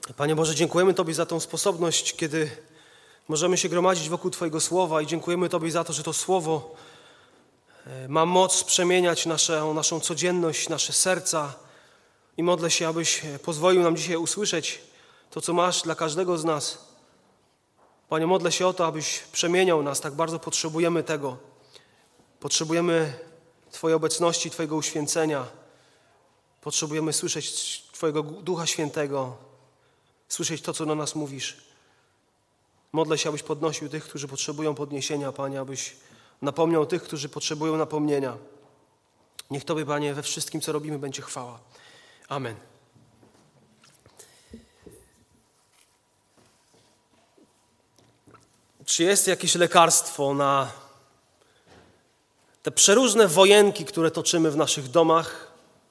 Panie Boże, dziękujemy Tobie za tą sposobność, kiedy możemy się gromadzić wokół Twojego Słowa i dziękujemy Tobie za to, że to Słowo ma moc przemieniać naszą codzienność, nasze serca i modlę się, abyś pozwolił nam dzisiaj usłyszeć to, co masz dla każdego z nas. Panie, modlę się o to, abyś przemieniał nas, tak bardzo potrzebujemy tego. Potrzebujemy Twojej obecności, Twojego uświęcenia. Potrzebujemy słyszeć Twojego Ducha Świętego, słyszeć to, co do nas mówisz. Modlę się, abyś podnosił tych, którzy potrzebują podniesienia, Panie, abyś napomniał tych, którzy potrzebują napomnienia. Niech Tobie, Panie, we wszystkim, co robimy, będzie chwała. Amen. Czy jest jakieś lekarstwo na te przeróżne wojenki, które toczymy w naszych domach,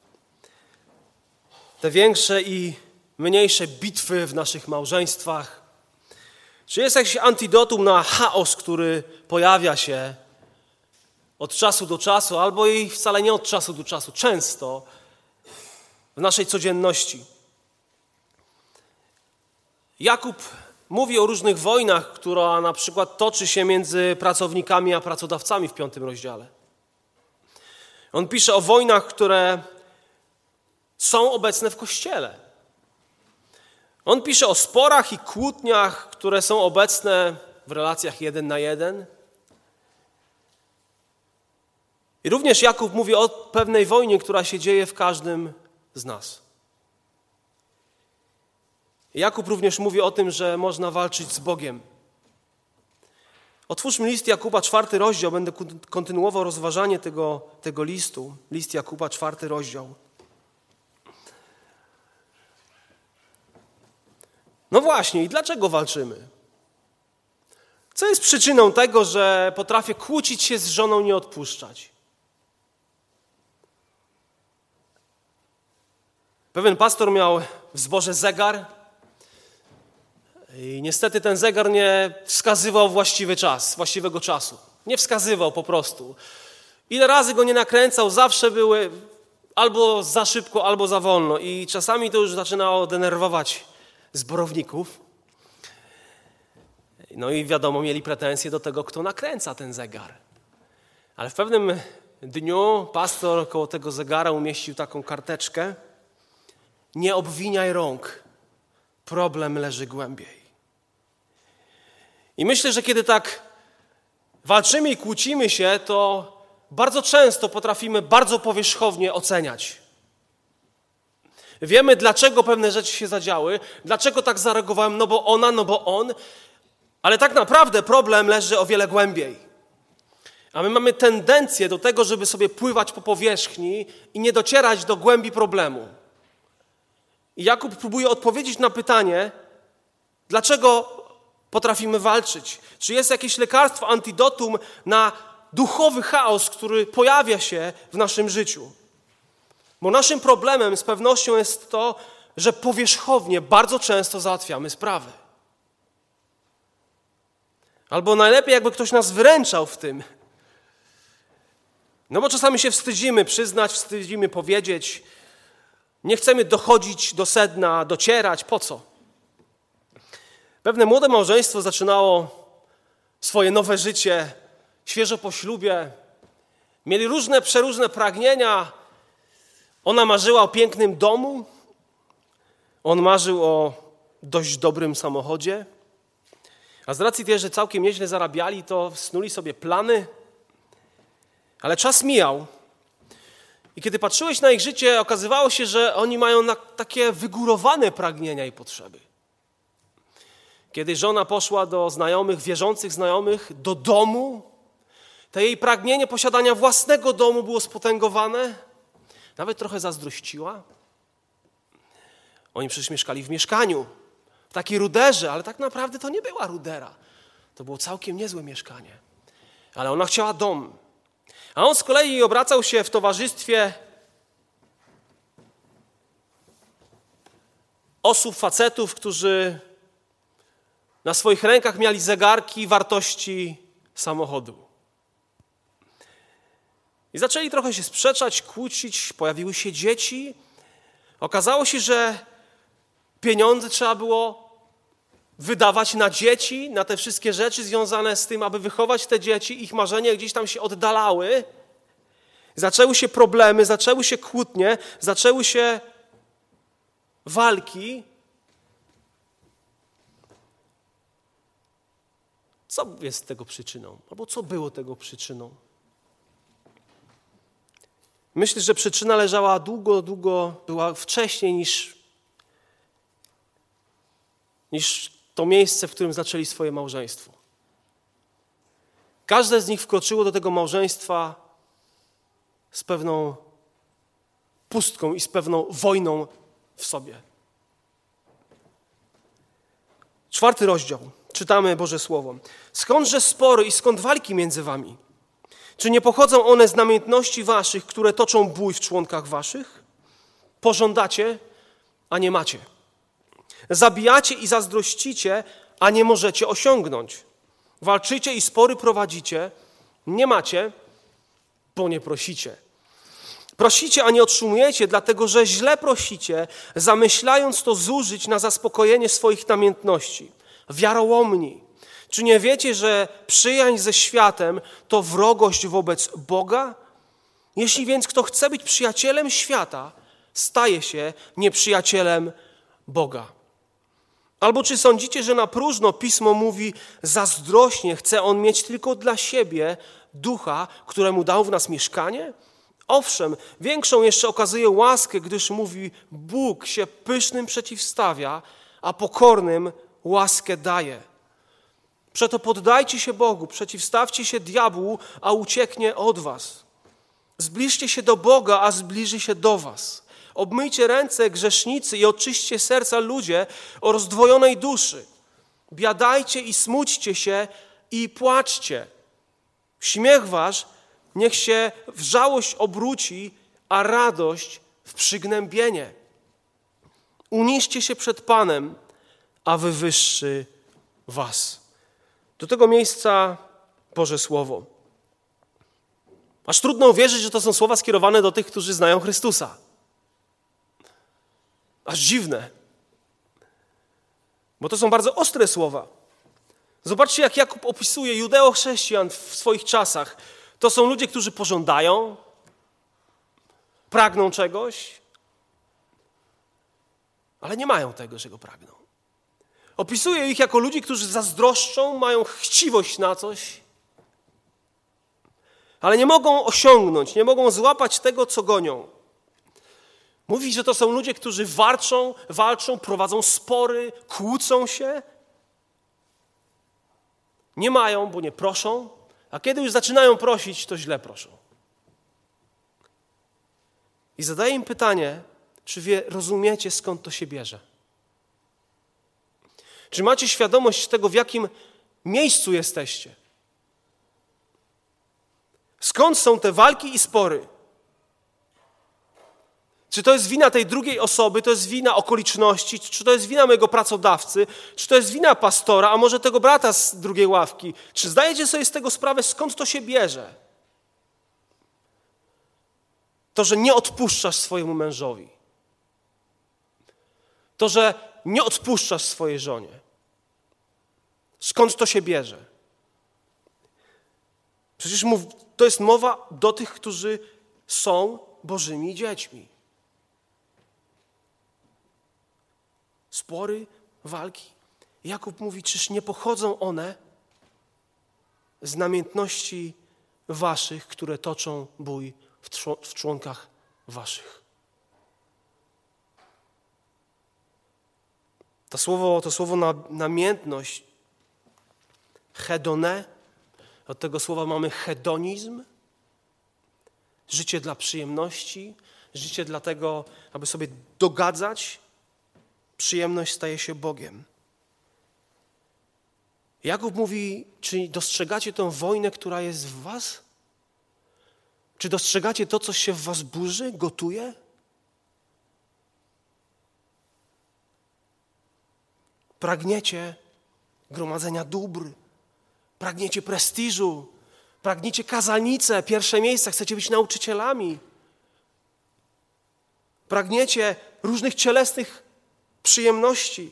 te większe i mniejsze bitwy w naszych małżeństwach? Czy jest jakiś antidotum na chaos, który pojawia się od czasu do czasu, albo i wcale nie od czasu do czasu, często w naszej codzienności? Jakub mówi o różnych wojnach, która na przykład toczy się między pracownikami a pracodawcami w 5 rozdziale. On pisze o wojnach, które są obecne w Kościele. On pisze o sporach i kłótniach, które są obecne w relacjach 1 na 1. I również Jakub mówi o pewnej wojnie, która się dzieje w każdym z nas. Jakub również mówi o tym, że można walczyć z Bogiem. Otwórzmy list Jakuba, 4 rozdział. Będę kontynuował rozważanie tego listu. List Jakuba, 4 rozdział. No właśnie, i dlaczego walczymy? Co jest przyczyną tego, że potrafię kłócić się z żoną, nie odpuszczać? Pewien pastor miał w zborze zegar i niestety ten zegar nie wskazywał właściwego czasu. Nie wskazywał po prostu. Ile razy go nie nakręcał, zawsze były albo za szybko, albo za wolno i czasami to już zaczynało denerwować zborowników. No i wiadomo, mieli pretensje do tego, kto nakręca ten zegar. Ale w pewnym dniu pastor koło tego zegara umieścił taką karteczkę: nie obwiniaj rąk, problem leży głębiej. I myślę, że kiedy tak walczymy i kłócimy się, to bardzo często potrafimy bardzo powierzchownie oceniać. Wiemy, dlaczego pewne rzeczy się zadziały, dlaczego tak zareagowałem, no bo ona, no bo on, ale tak naprawdę problem leży o wiele głębiej. A my mamy tendencję do tego, żeby sobie pływać po powierzchni i nie docierać do głębi problemu. I Jakub próbuje odpowiedzieć na pytanie, dlaczego potrafimy walczyć. Czy jest jakieś lekarstwo, antidotum na duchowy chaos, który pojawia się w naszym życiu? Bo naszym problemem z pewnością jest to, że powierzchownie bardzo często załatwiamy sprawy. Albo najlepiej, jakby ktoś nas wyręczał w tym. No bo czasami się wstydzimy przyznać, wstydzimy powiedzieć. Nie chcemy dochodzić do sedna, docierać. Po co? Pewne młode małżeństwo zaczynało swoje nowe życie świeżo po ślubie. Mieli przeróżne pragnienia. Ona marzyła o pięknym domu. On marzył o dość dobrym samochodzie. A z racji tej, że całkiem nieźle zarabiali, to snuli sobie plany. Ale czas mijał. I kiedy patrzyłeś na ich życie, okazywało się, że oni mają takie wygórowane pragnienia i potrzeby. Kiedy żona poszła do znajomych, wierzących znajomych, do domu, to jej pragnienie posiadania własnego domu było spotęgowane. Nawet trochę zazdrościła. Oni przecież mieszkali w mieszkaniu, w takiej ruderze, ale tak naprawdę to nie była rudera. To było całkiem niezłe mieszkanie. Ale ona chciała dom. A on z kolei obracał się w towarzystwie osób, facetów, którzy na swoich rękach mieli zegarki wartości samochodu. I zaczęli trochę się sprzeczać, kłócić, pojawiły się dzieci. Okazało się, że Pieniądze trzeba było wydawać na dzieci, na te wszystkie rzeczy związane z tym, aby wychować te dzieci. Ich marzenia gdzieś tam się oddalały. Zaczęły się problemy, zaczęły się kłótnie, zaczęły się walki. Co jest tego przyczyną? Albo co było tego przyczyną? Myślę, że przyczyna leżała długo, była wcześniej niż to miejsce, w którym zaczęli swoje małżeństwo. Każde z nich wkroczyło do tego małżeństwa z pewną pustką i z pewną wojną w sobie. 4 rozdział. Czytamy Boże Słowo. Skądże spory i skąd walki między wami? Czy nie pochodzą one z namiętności waszych, które toczą bój w członkach waszych? Pożądacie, a nie macie. Zabijacie i zazdrościcie, a nie możecie osiągnąć. Walczycie i spory prowadzicie, nie macie, bo nie prosicie. Prosicie, a nie otrzymujecie, dlatego że źle prosicie, zamyślając to zużyć na zaspokojenie swoich namiętności. Wiarołomni. Czy nie wiecie, że przyjaźń ze światem to wrogość wobec Boga? Jeśli więc kto chce być przyjacielem świata, staje się nieprzyjacielem Boga. Albo czy sądzicie, że na próżno Pismo mówi, zazdrośnie chce on mieć tylko dla siebie ducha, któremu dał w nas mieszkanie? Owszem, większą jeszcze okazuje łaskę, gdyż mówi, Bóg się pysznym przeciwstawia, a pokornym łaskę daje. Przeto poddajcie się Bogu, przeciwstawcie się diabłu, a ucieknie od was. Zbliżcie się do Boga, a zbliży się do was. Obmyjcie ręce, grzesznicy, i oczyśćcie serca ludzie o rozdwojonej duszy. Biadajcie i smućcie się i płaczcie. Śmiech wasz niech się w żałość obróci, a radość w przygnębienie. Uniżcie się przed Panem, a wywyższy was. Do tego miejsca Boże Słowo. Aż trudno uwierzyć, że to są słowa skierowane do tych, którzy znają Chrystusa. Aż dziwne. Bo to są bardzo ostre słowa. Zobaczcie, jak Jakub opisuje judeo-chrześcijan w swoich czasach. To są ludzie, którzy pożądają, pragną czegoś, ale nie mają tego, czego pragną. Opisuje ich jako ludzi, którzy zazdroszczą, mają chciwość na coś, ale nie mogą osiągnąć, nie mogą złapać tego, co gonią. Mówi, że to są ludzie, którzy walczą, prowadzą spory, kłócą się. Nie mają, bo nie proszą, a kiedy już zaczynają prosić, to źle proszą. I zadaję im pytanie, czy wy rozumiecie, skąd to się bierze? Czy macie świadomość tego, w jakim miejscu jesteście? Skąd są te walki i spory? Czy to jest wina tej drugiej osoby, to jest wina okoliczności, czy to jest wina mojego pracodawcy, czy to jest wina pastora, a może tego brata z drugiej ławki? Czy zdajecie sobie z tego sprawę, skąd to się bierze? To, że nie odpuszczasz swojemu mężowi. To, że nie odpuszczasz swojej żonie. Skąd to się bierze? Przecież to jest mowa do tych, którzy są Bożymi dziećmi. Spory, walki. Jakub mówi, czyż nie pochodzą one z namiętności waszych, które toczą bój w członkach waszych. To słowo namiętność, hedone, od tego słowa mamy hedonizm, życie dla przyjemności, życie dla tego, aby sobie dogadzać. Przyjemność staje się Bogiem. Jakub mówi, czy dostrzegacie tę wojnę, która jest w was? Czy dostrzegacie to, co się w was burzy, gotuje? Pragniecie gromadzenia dóbr, pragniecie prestiżu, pragniecie kazalnice, pierwsze miejsca, chcecie być nauczycielami. Pragniecie różnych cielesnych przyjemności.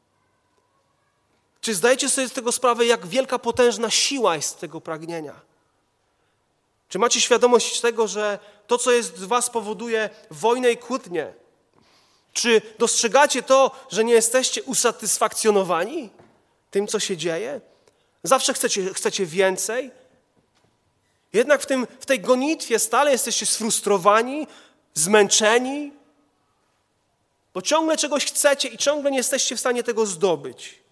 Czy zdajecie sobie z tego sprawę, jak wielka, potężna siła jest tego pragnienia? Czy macie świadomość tego, że to, co jest w was, powoduje wojnę i kłótnię? Czy dostrzegacie to, że nie jesteście usatysfakcjonowani tym, co się dzieje? Zawsze chcecie więcej? Jednak w tej gonitwie stale jesteście sfrustrowani, zmęczeni, bo ciągle czegoś chcecie i ciągle nie jesteście w stanie tego zdobyć.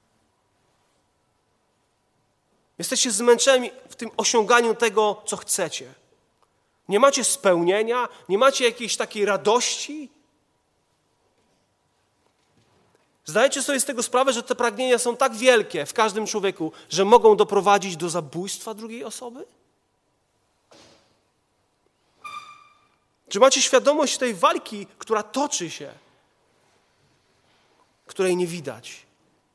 Jesteście zmęczeni w tym osiąganiu tego, co chcecie. Nie macie spełnienia, nie macie jakiejś takiej radości. Zdajecie sobie z tego sprawę, że te pragnienia są tak wielkie w każdym człowieku, że mogą doprowadzić do zabójstwa drugiej osoby? Czy macie świadomość tej walki, która toczy się, której nie widać?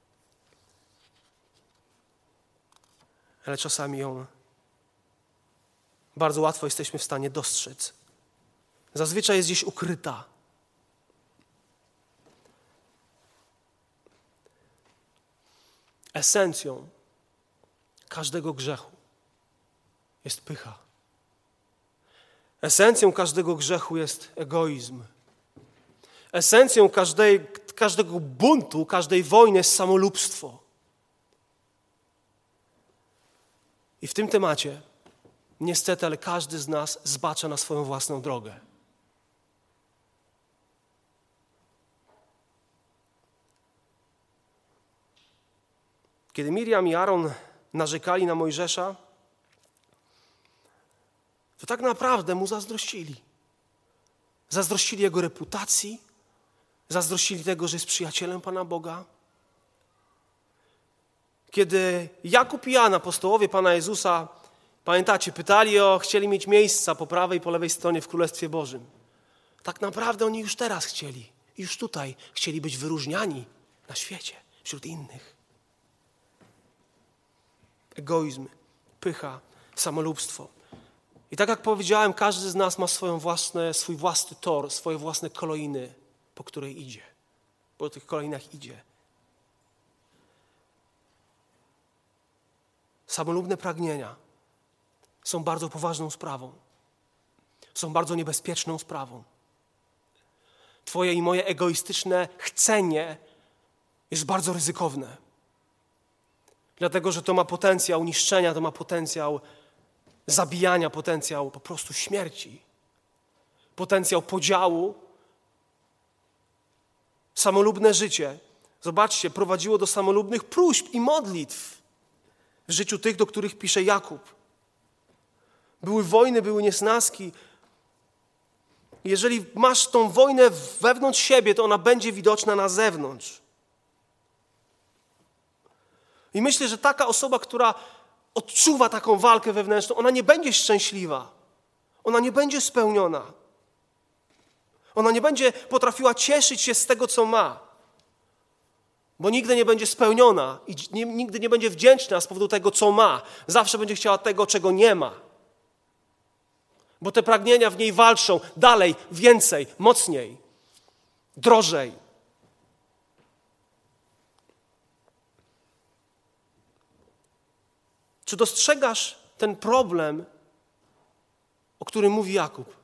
Ale czasami ją bardzo łatwo jesteśmy w stanie dostrzec. Zazwyczaj jest gdzieś ukryta. Esencją każdego grzechu jest pycha. Esencją każdego grzechu jest egoizm. Esencją każdego buntu, każdej wojny jest samolubstwo. I w tym temacie, niestety, ale każdy z nas zbacza na swoją własną drogę. Kiedy Miriam i Aaron narzekali na Mojżesza, to tak naprawdę mu zazdrościli. Zazdrościli jego reputacji, zazdrościli tego, że jest przyjacielem Pana Boga. Kiedy Jakub i Jan, apostołowie Pana Jezusa, pamiętacie, chcieli mieć miejsca po prawej i po lewej stronie w Królestwie Bożym. Tak naprawdę oni już teraz chcieli, już tutaj chcieli być wyróżniani na świecie, wśród innych. Egoizm, pycha, samolubstwo. I tak jak powiedziałem, każdy z nas ma swój własny tor, swoje własne kolejny, po której idzie. Po tych kolejnach idzie. Samolubne pragnienia są bardzo poważną sprawą. Są bardzo niebezpieczną sprawą. Twoje i moje egoistyczne chcenie jest bardzo ryzykowne. Dlatego, że to ma potencjał niszczenia, to ma potencjał zabijania, potencjał po prostu śmierci. Potencjał podziału. Samolubne życie, zobaczcie, prowadziło do samolubnych próśb i modlitw w życiu tych, do których pisze Jakub. Były wojny, były niesnaski. Jeżeli masz tą wojnę wewnątrz siebie, to ona będzie widoczna na zewnątrz. I myślę, że taka osoba, która odczuwa taką walkę wewnętrzną, ona nie będzie szczęśliwa. Ona nie będzie spełniona. Ona nie będzie potrafiła cieszyć się z tego, co ma. Bo nigdy nie będzie spełniona i nigdy nie będzie wdzięczna z powodu tego, co ma. Zawsze będzie chciała tego, czego nie ma. Bo te pragnienia w niej walczą dalej, więcej, mocniej, drożej. Czy dostrzegasz ten problem, o którym mówi Jakub?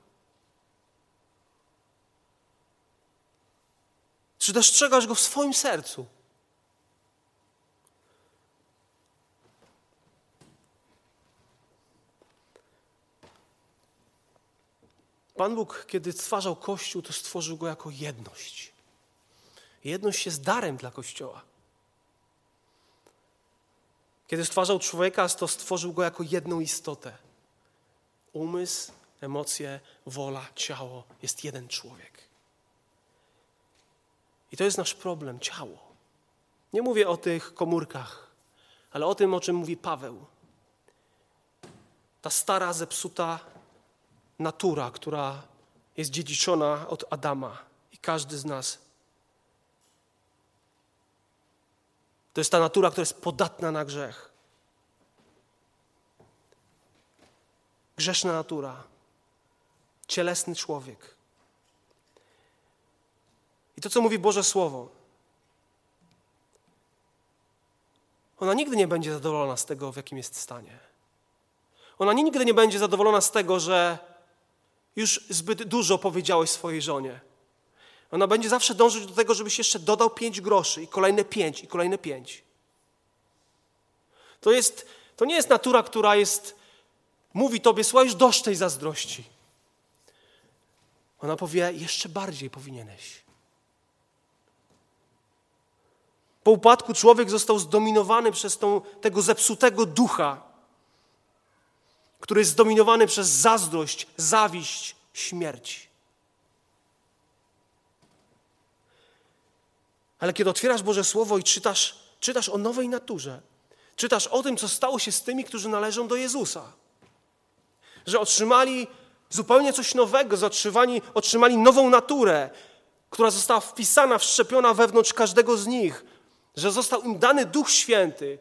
Czy dostrzegasz go w swoim sercu? Pan Bóg, kiedy stwarzał Kościół, to stworzył go jako jedność. Jedność jest darem dla Kościoła. Kiedy stwarzał człowieka, to stworzył go jako jedną istotę. Umysł, emocje, wola, ciało jest jeden człowiek. I to jest nasz problem, ciało. Nie mówię o tych komórkach, ale o tym, o czym mówi Paweł. Ta stara, zepsuta natura, która jest dziedziczona od Adama i każdy z nas. To jest ta natura, która jest podatna na grzech. Grzeszna natura. Cielesny człowiek. I to, co mówi Boże Słowo. Ona nigdy nie będzie zadowolona z tego, w jakim jest stanie. Ona nigdy nie będzie zadowolona z tego, że już zbyt dużo powiedziałeś swojej żonie. Ona będzie zawsze dążyć do tego, żebyś jeszcze dodał 5 groszy i kolejne 5 i kolejne 5. To nie jest natura, która mówi tobie, słuchaj, już dość tej zazdrości. Ona powie, jeszcze bardziej powinieneś. Po upadku człowiek został zdominowany przez tego zepsutego ducha, który jest zdominowany przez zazdrość, zawiść, śmierć. Ale kiedy otwierasz Boże Słowo i czytasz o nowej naturze, czytasz o tym, co stało się z tymi, którzy należą do Jezusa, że otrzymali zupełnie coś nowego, otrzymali nową naturę, która została wpisana, wszczepiona wewnątrz każdego z nich, że został im dany Duch Święty.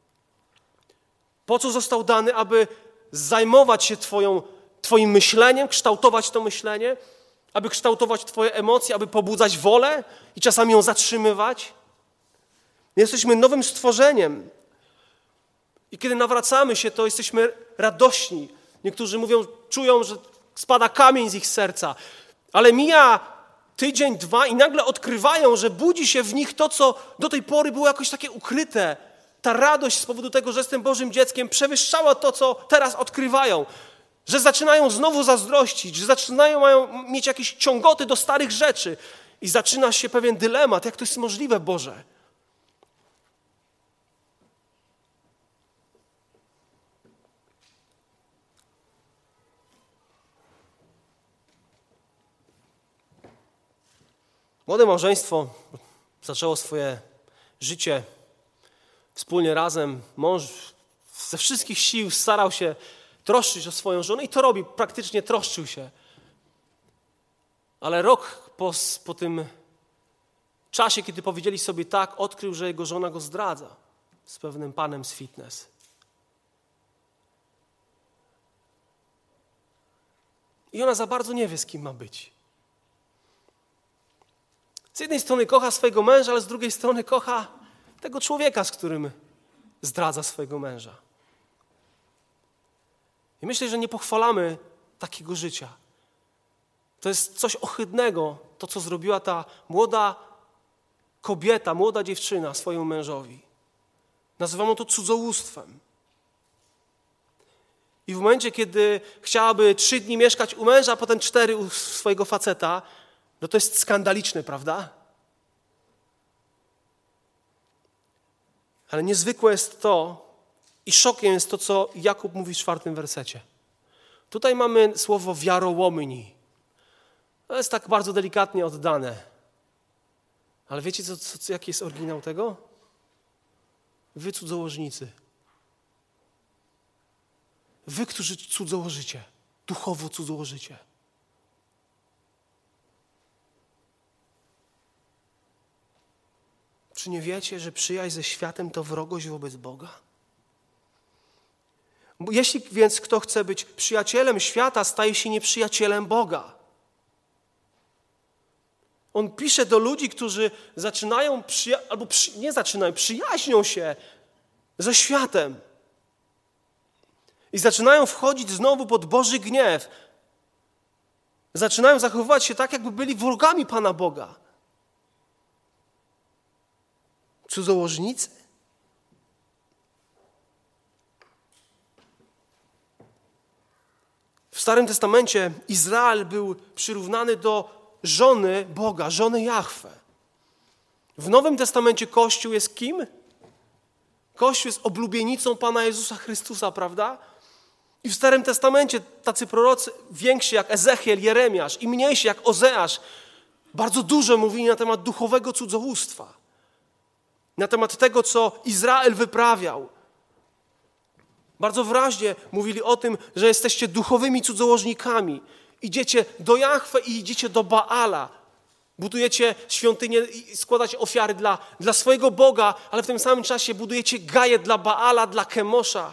Po co został dany? Aby zajmować się twoim myśleniem, kształtować to myślenie, aby kształtować twoje emocje, aby pobudzać wolę i czasami ją zatrzymywać. Jesteśmy nowym stworzeniem. I kiedy nawracamy się, to jesteśmy radośni. Niektórzy czują, że spada kamień z ich serca. Ale mija tydzień, 2 i nagle odkrywają, że budzi się w nich to, co do tej pory było jakoś takie ukryte. Ta radość z powodu tego, że jestem Bożym dzieckiem, przewyższała to, co teraz odkrywają. Że zaczynają znowu zazdrościć, że mają mieć jakieś ciągoty do starych rzeczy. I zaczyna się pewien dylemat, jak to jest możliwe, Boże. Młode małżeństwo zaczęło swoje życie wspólnie razem. Mąż ze wszystkich sił starał się troszczyć o swoją żonę i to robi, praktycznie troszczył się. Ale rok po tym czasie, kiedy powiedzieli sobie tak, odkrył, że jego żona go zdradza z pewnym panem z fitness. I ona za bardzo nie wie, z kim ma być. Z jednej strony kocha swojego męża, ale z drugiej strony kocha tego człowieka, z którym zdradza swojego męża. I myślę, że nie pochwalamy takiego życia. To jest coś ohydnego, to co zrobiła ta młoda kobieta, młoda dziewczyna swojemu mężowi. Nazywamy to cudzołóstwem. I w momencie, kiedy chciałaby 3 dni mieszkać u męża, a potem 4 u swojego faceta, no to jest skandaliczne, prawda? Ale niezwykłe jest to i szokiem jest to, co Jakub mówi w 4 wersecie. Tutaj mamy słowo wiarołomni. To jest tak bardzo delikatnie oddane. Ale wiecie, jaki jest oryginał tego? Wy cudzołożnicy. Wy, którzy cudzołożycie, duchowo cudzołożycie. Czy nie wiecie, że przyjaźń ze światem to wrogość wobec Boga? Bo jeśli więc kto chce być przyjacielem świata, staje się nieprzyjacielem Boga. On pisze do ludzi, którzy przyjaźnią się ze światem. I zaczynają wchodzić znowu pod Boży gniew. Zaczynają zachowywać się tak, jakby byli wrogami Pana Boga. Cudzołożnicy? W Starym Testamencie Izrael był przyrównany do żony Boga, żony Jahwe. W Nowym Testamencie Kościół jest kim? Kościół jest oblubienicą Pana Jezusa Chrystusa, prawda? I w Starym Testamencie tacy prorocy więksi jak Ezechiel, Jeremiasz i mniejsi jak Ozeasz bardzo dużo mówili na temat duchowego cudzołóstwa. Na temat tego, co Izrael wyprawiał. Bardzo wyraźnie mówili o tym, że jesteście duchowymi cudzołożnikami. Idziecie do Jahwe i idziecie do Baala. Budujecie świątynię i składacie ofiary dla swojego Boga, ale w tym samym czasie budujecie gaje dla Baala, dla Kemosza.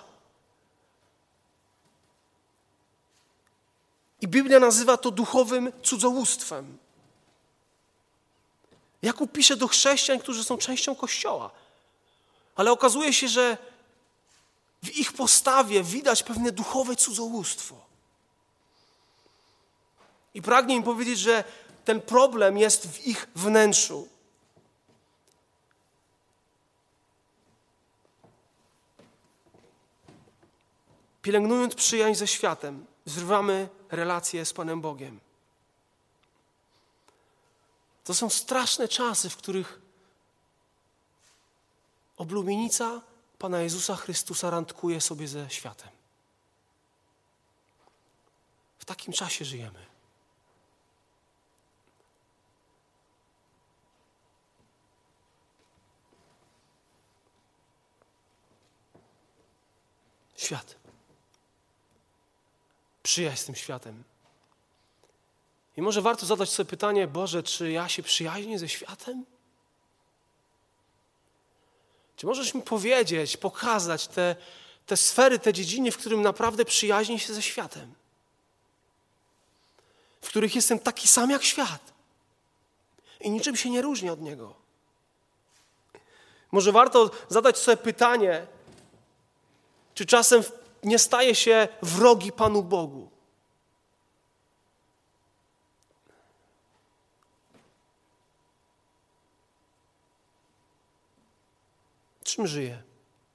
I Biblia nazywa to duchowym cudzołóstwem. Jakub pisze do chrześcijan, którzy są częścią Kościoła. Ale okazuje się, że w ich postawie widać pewne duchowe cudzołóstwo. I pragnie im powiedzieć, że ten problem jest w ich wnętrzu. Pielęgnując przyjaźń ze światem, zrywamy relacje z Panem Bogiem. To są straszne czasy, w których oblubienica Pana Jezusa Chrystusa randkuje sobie ze światem. W takim czasie żyjemy. Świat. Przyjaźń z tym światem. I może warto zadać sobie pytanie, Boże, czy ja się przyjaźnię ze światem? Czy możesz mi powiedzieć, pokazać te sfery, te dziedziny, w którym naprawdę przyjaźnię się ze światem? W których jestem taki sam jak świat i niczym się nie różnię od niego. Może warto zadać sobie pytanie, czy czasem nie staje się wrogi Panu Bogu? Czym żyję?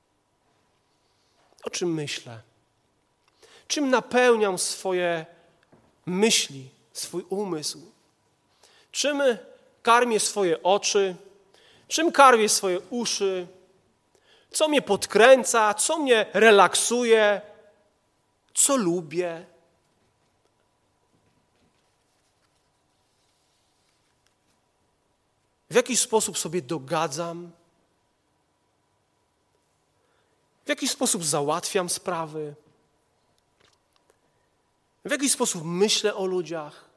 O czym myślę? Czym napełniam swoje myśli, swój umysł? Czym karmię swoje oczy? Czym karmię swoje uszy? Co mnie podkręca? Co mnie relaksuje? Co lubię? W jaki sposób sobie dogadzam? W jaki sposób załatwiam sprawy? W jaki sposób myślę o ludziach?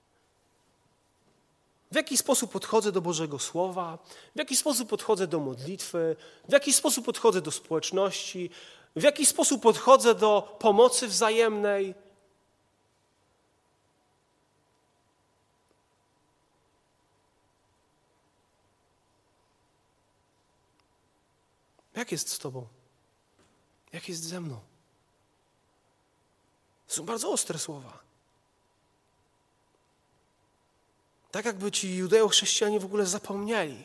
W jaki sposób podchodzę do Bożego Słowa? W jaki sposób podchodzę do modlitwy? W jaki sposób podchodzę do społeczności? W jaki sposób podchodzę do pomocy wzajemnej? Jak jest z Tobą? Jak jest ze mną? To są bardzo ostre słowa. Tak jakby ci judeo-chrześcijanie w ogóle zapomnieli,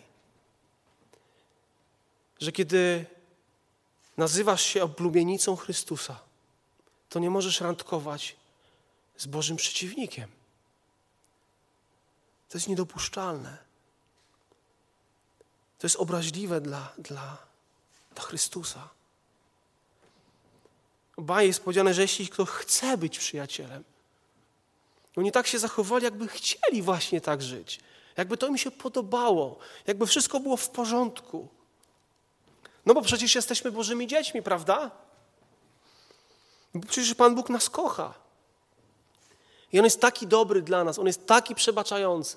że kiedy nazywasz się oblubienicą Chrystusa, to nie możesz randkować z Bożym przeciwnikiem. To jest niedopuszczalne. To jest obraźliwe dla Chrystusa. Ba, jest powiedziane, że jeśli ktoś chce być przyjacielem, oni tak się zachowali, jakby chcieli właśnie tak żyć. Jakby to im się podobało. Jakby wszystko było w porządku. No bo przecież jesteśmy Bożymi dziećmi, prawda? Bo przecież Pan Bóg nas kocha. I On jest taki dobry dla nas. On jest taki przebaczający.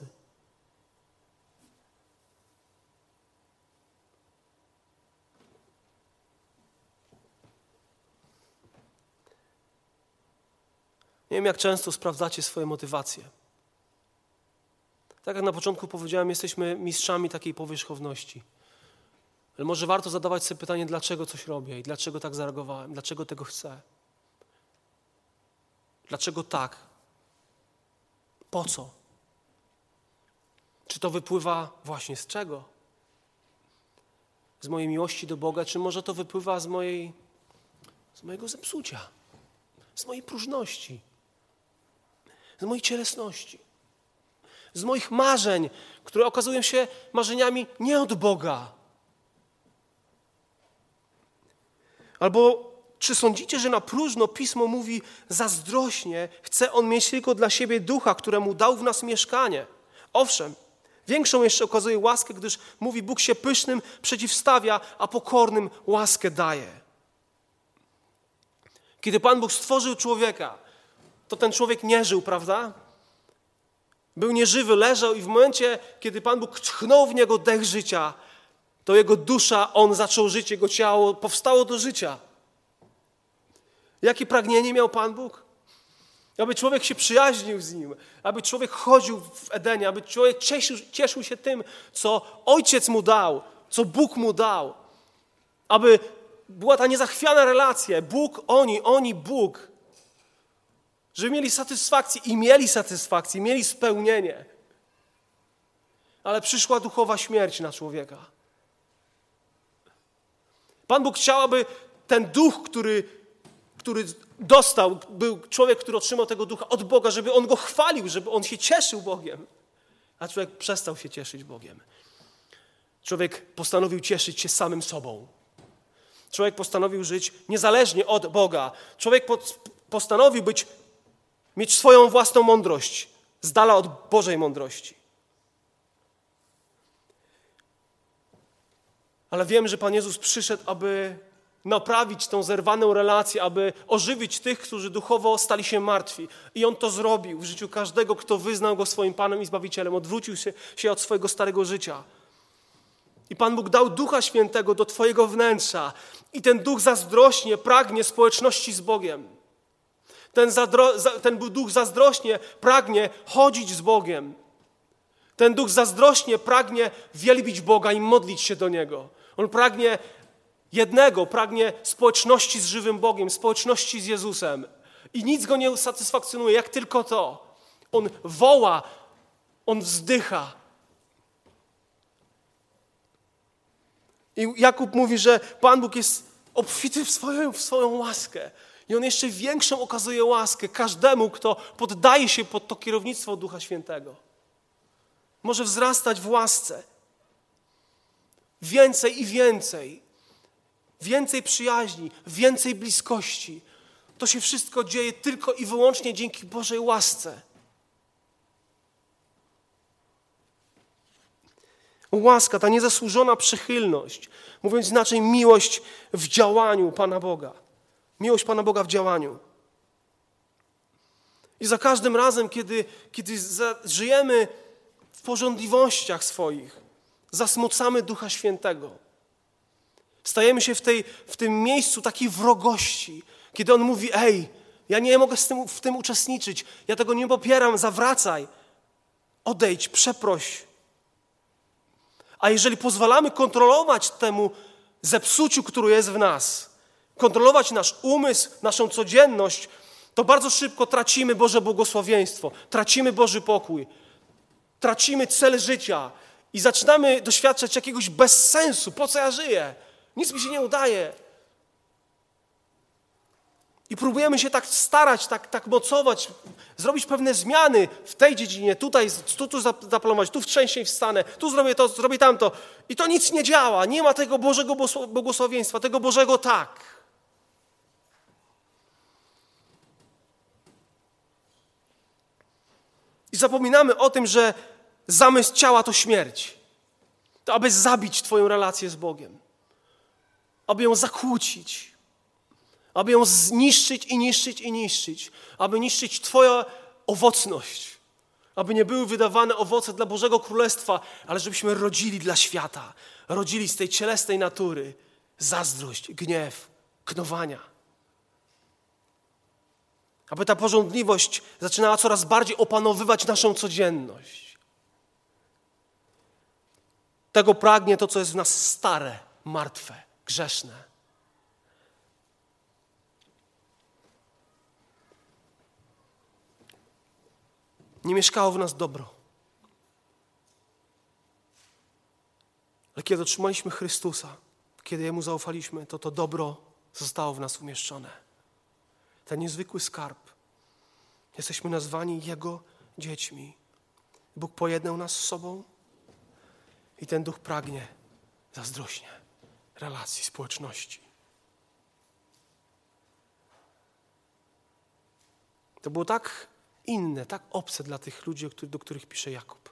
Nie wiem, jak często sprawdzacie swoje motywacje. Tak jak na początku powiedziałem, jesteśmy mistrzami takiej powierzchowności. Ale może warto zadawać sobie pytanie, dlaczego coś robię i dlaczego tak zareagowałem, dlaczego tego chcę. Dlaczego tak? Po co? Czy to wypływa właśnie z czego? Z mojej miłości do Boga, czy może to wypływa z mojego zepsucia, z mojej próżności, z mojej cielesności, z moich marzeń, które okazują się marzeniami nie od Boga. Albo czy sądzicie, że na próżno Pismo mówi zazdrośnie, chce On mieć tylko dla siebie Ducha, któremu dał w nas mieszkanie? Owszem, większą jeszcze okazuje łaskę, gdyż mówi, Bóg się pysznym przeciwstawia, a pokornym łaskę daje. Kiedy Pan Bóg stworzył człowieka, to ten człowiek nie żył, prawda? Był nieżywy, leżał i w momencie, kiedy Pan Bóg tchnął w niego dech życia, to jego dusza, on zaczął żyć, jego ciało powstało do życia. Jakie pragnienie miał Pan Bóg? Aby człowiek się przyjaźnił z Nim, aby człowiek chodził w Edenie, aby człowiek cieszył się tym, co Ojciec mu dał, co Bóg mu dał. Aby była ta niezachwiana relacja, Bóg, oni, Bóg. Żeby mieli satysfakcję i mieli satysfakcję, mieli spełnienie. Ale przyszła duchowa śmierć na człowieka. Pan Bóg chciał, aby ten duch, który dostał, był człowiek, który otrzymał tego ducha od Boga, żeby on go chwalił, żeby on się cieszył Bogiem. A człowiek przestał się cieszyć Bogiem. Człowiek postanowił cieszyć się samym sobą. Człowiek postanowił żyć niezależnie od Boga. Człowiek postanowił mieć swoją własną mądrość, z dala od Bożej mądrości. Ale wiem, że Pan Jezus przyszedł, aby naprawić tę zerwaną relację, aby ożywić tych, którzy duchowo stali się martwi. I On to zrobił w życiu każdego, kto wyznał Go swoim Panem i Zbawicielem, odwrócił się od swojego starego życia. I Pan Bóg dał Ducha Świętego do twojego wnętrza. I ten Duch zazdrośnie pragnie społeczności z Bogiem. Ten Duch zazdrośnie pragnie chodzić z Bogiem. Ten Duch zazdrośnie pragnie wielbić Boga i modlić się do Niego. On pragnie pragnie społeczności z żywym Bogiem, społeczności z Jezusem. I nic go nie usatysfakcjonuje, jak tylko to. On woła, on wzdycha. I Jakub mówi, że Pan Bóg jest obfity w swoją łaskę. I On jeszcze większą okazuje łaskę każdemu, kto poddaje się pod to kierownictwo Ducha Świętego. Może wzrastać w łasce. Więcej i więcej. Więcej przyjaźni, więcej bliskości. To się wszystko dzieje tylko i wyłącznie dzięki Bożej łasce. Łaska, ta niezasłużona przychylność, mówiąc inaczej, miłość w działaniu Pana Boga. Miłość Pana Boga w działaniu. I za każdym razem, kiedy żyjemy w pożądliwościach swoich, zasmucamy Ducha Świętego. Stajemy się w tym miejscu takiej wrogości, kiedy On mówi, ja nie mogę w tym uczestniczyć, ja tego nie popieram, zawracaj, odejdź, przeproś. A jeżeli pozwalamy kontrolować temu zepsuciu, które jest w nas, kontrolować nasz umysł, naszą codzienność, to bardzo szybko tracimy Boże błogosławieństwo, tracimy Boży pokój, tracimy cel życia i zaczynamy doświadczać jakiegoś bezsensu. Po co ja żyję? Nic mi się nie udaje. I próbujemy się tak starać, tak mocować, zrobić pewne zmiany w tej dziedzinie, tu zaplanować, tu wcześniej wstanę, tu zrobię to, zrobię tamto. I to nic nie działa. Nie ma tego Bożego błogosławieństwa, tego Bożego tak. I zapominamy o tym, że zamysł ciała to śmierć. To aby zabić twoją relację z Bogiem. Aby ją zakłócić. Aby ją zniszczyć i niszczyć i niszczyć. Aby niszczyć twoja owocność. Aby nie były wydawane owoce dla Bożego Królestwa, ale żebyśmy rodzili dla świata. Rodzili z tej cielesnej natury zazdrość, gniew, knowania. Aby ta pożądliwość zaczynała coraz bardziej opanowywać naszą codzienność. Tego pragnie to, co jest w nas stare, martwe, grzeszne. Nie mieszkało w nas dobro. Ale kiedy otrzymaliśmy Chrystusa, kiedy Jemu zaufaliśmy, to dobro zostało w nas umieszczone. Ten niezwykły skarb. Jesteśmy nazwani Jego dziećmi. Bóg pojednał nas z sobą i ten Duch pragnie zazdrośnie relacji, społeczności. To było tak inne, tak obce dla tych ludzi, do których pisze Jakub.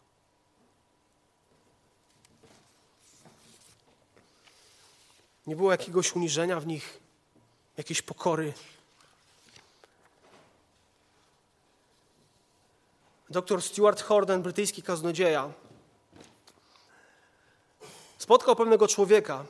Nie było jakiegoś uniżenia w nich, jakiejś pokory. Dr Stuart Horden, brytyjski kaznodzieja, spotkał pewnego człowieka,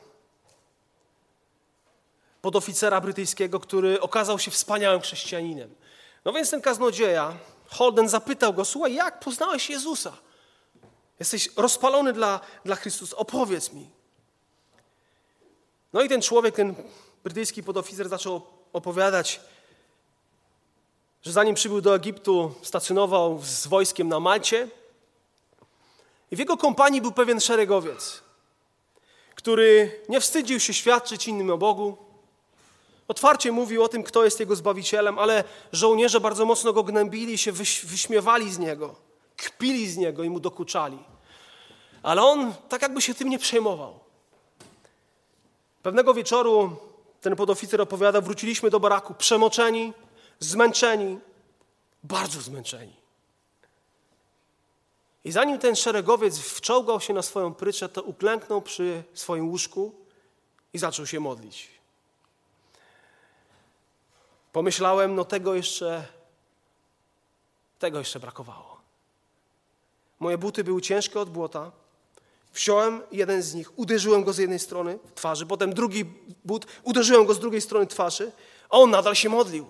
podoficera brytyjskiego, który okazał się wspaniałym chrześcijaninem. No więc ten kaznodzieja, Holden, zapytał go: słuchaj, jak poznałeś Jezusa? Jesteś rozpalony dla Chrystusa, opowiedz mi. No i ten człowiek, ten brytyjski podoficer zaczął opowiadać, że zanim przybył do Egiptu, stacjonował z wojskiem na Malcie i w jego kompanii był pewien szeregowiec, który nie wstydził się świadczyć innym o Bogu. Otwarcie mówił o tym, kto jest jego Zbawicielem, ale żołnierze bardzo mocno go gnębili, się wyśmiewali z niego, kpili z niego i mu dokuczali. Ale on tak jakby się tym nie przejmował. Pewnego wieczoru ten podoficer opowiada, wróciliśmy do baraku przemoczeni, zmęczeni, bardzo zmęczeni. I zanim ten szeregowiec wczołgał się na swoją pryczę, to uklęknął przy swoim łóżku i zaczął się modlić. Pomyślałem, no tego jeszcze brakowało. Moje buty były ciężkie od błota. Wziąłem jeden z nich, uderzyłem go z jednej strony twarzy, potem drugi but, uderzyłem go z drugiej strony twarzy, a on nadal się modlił.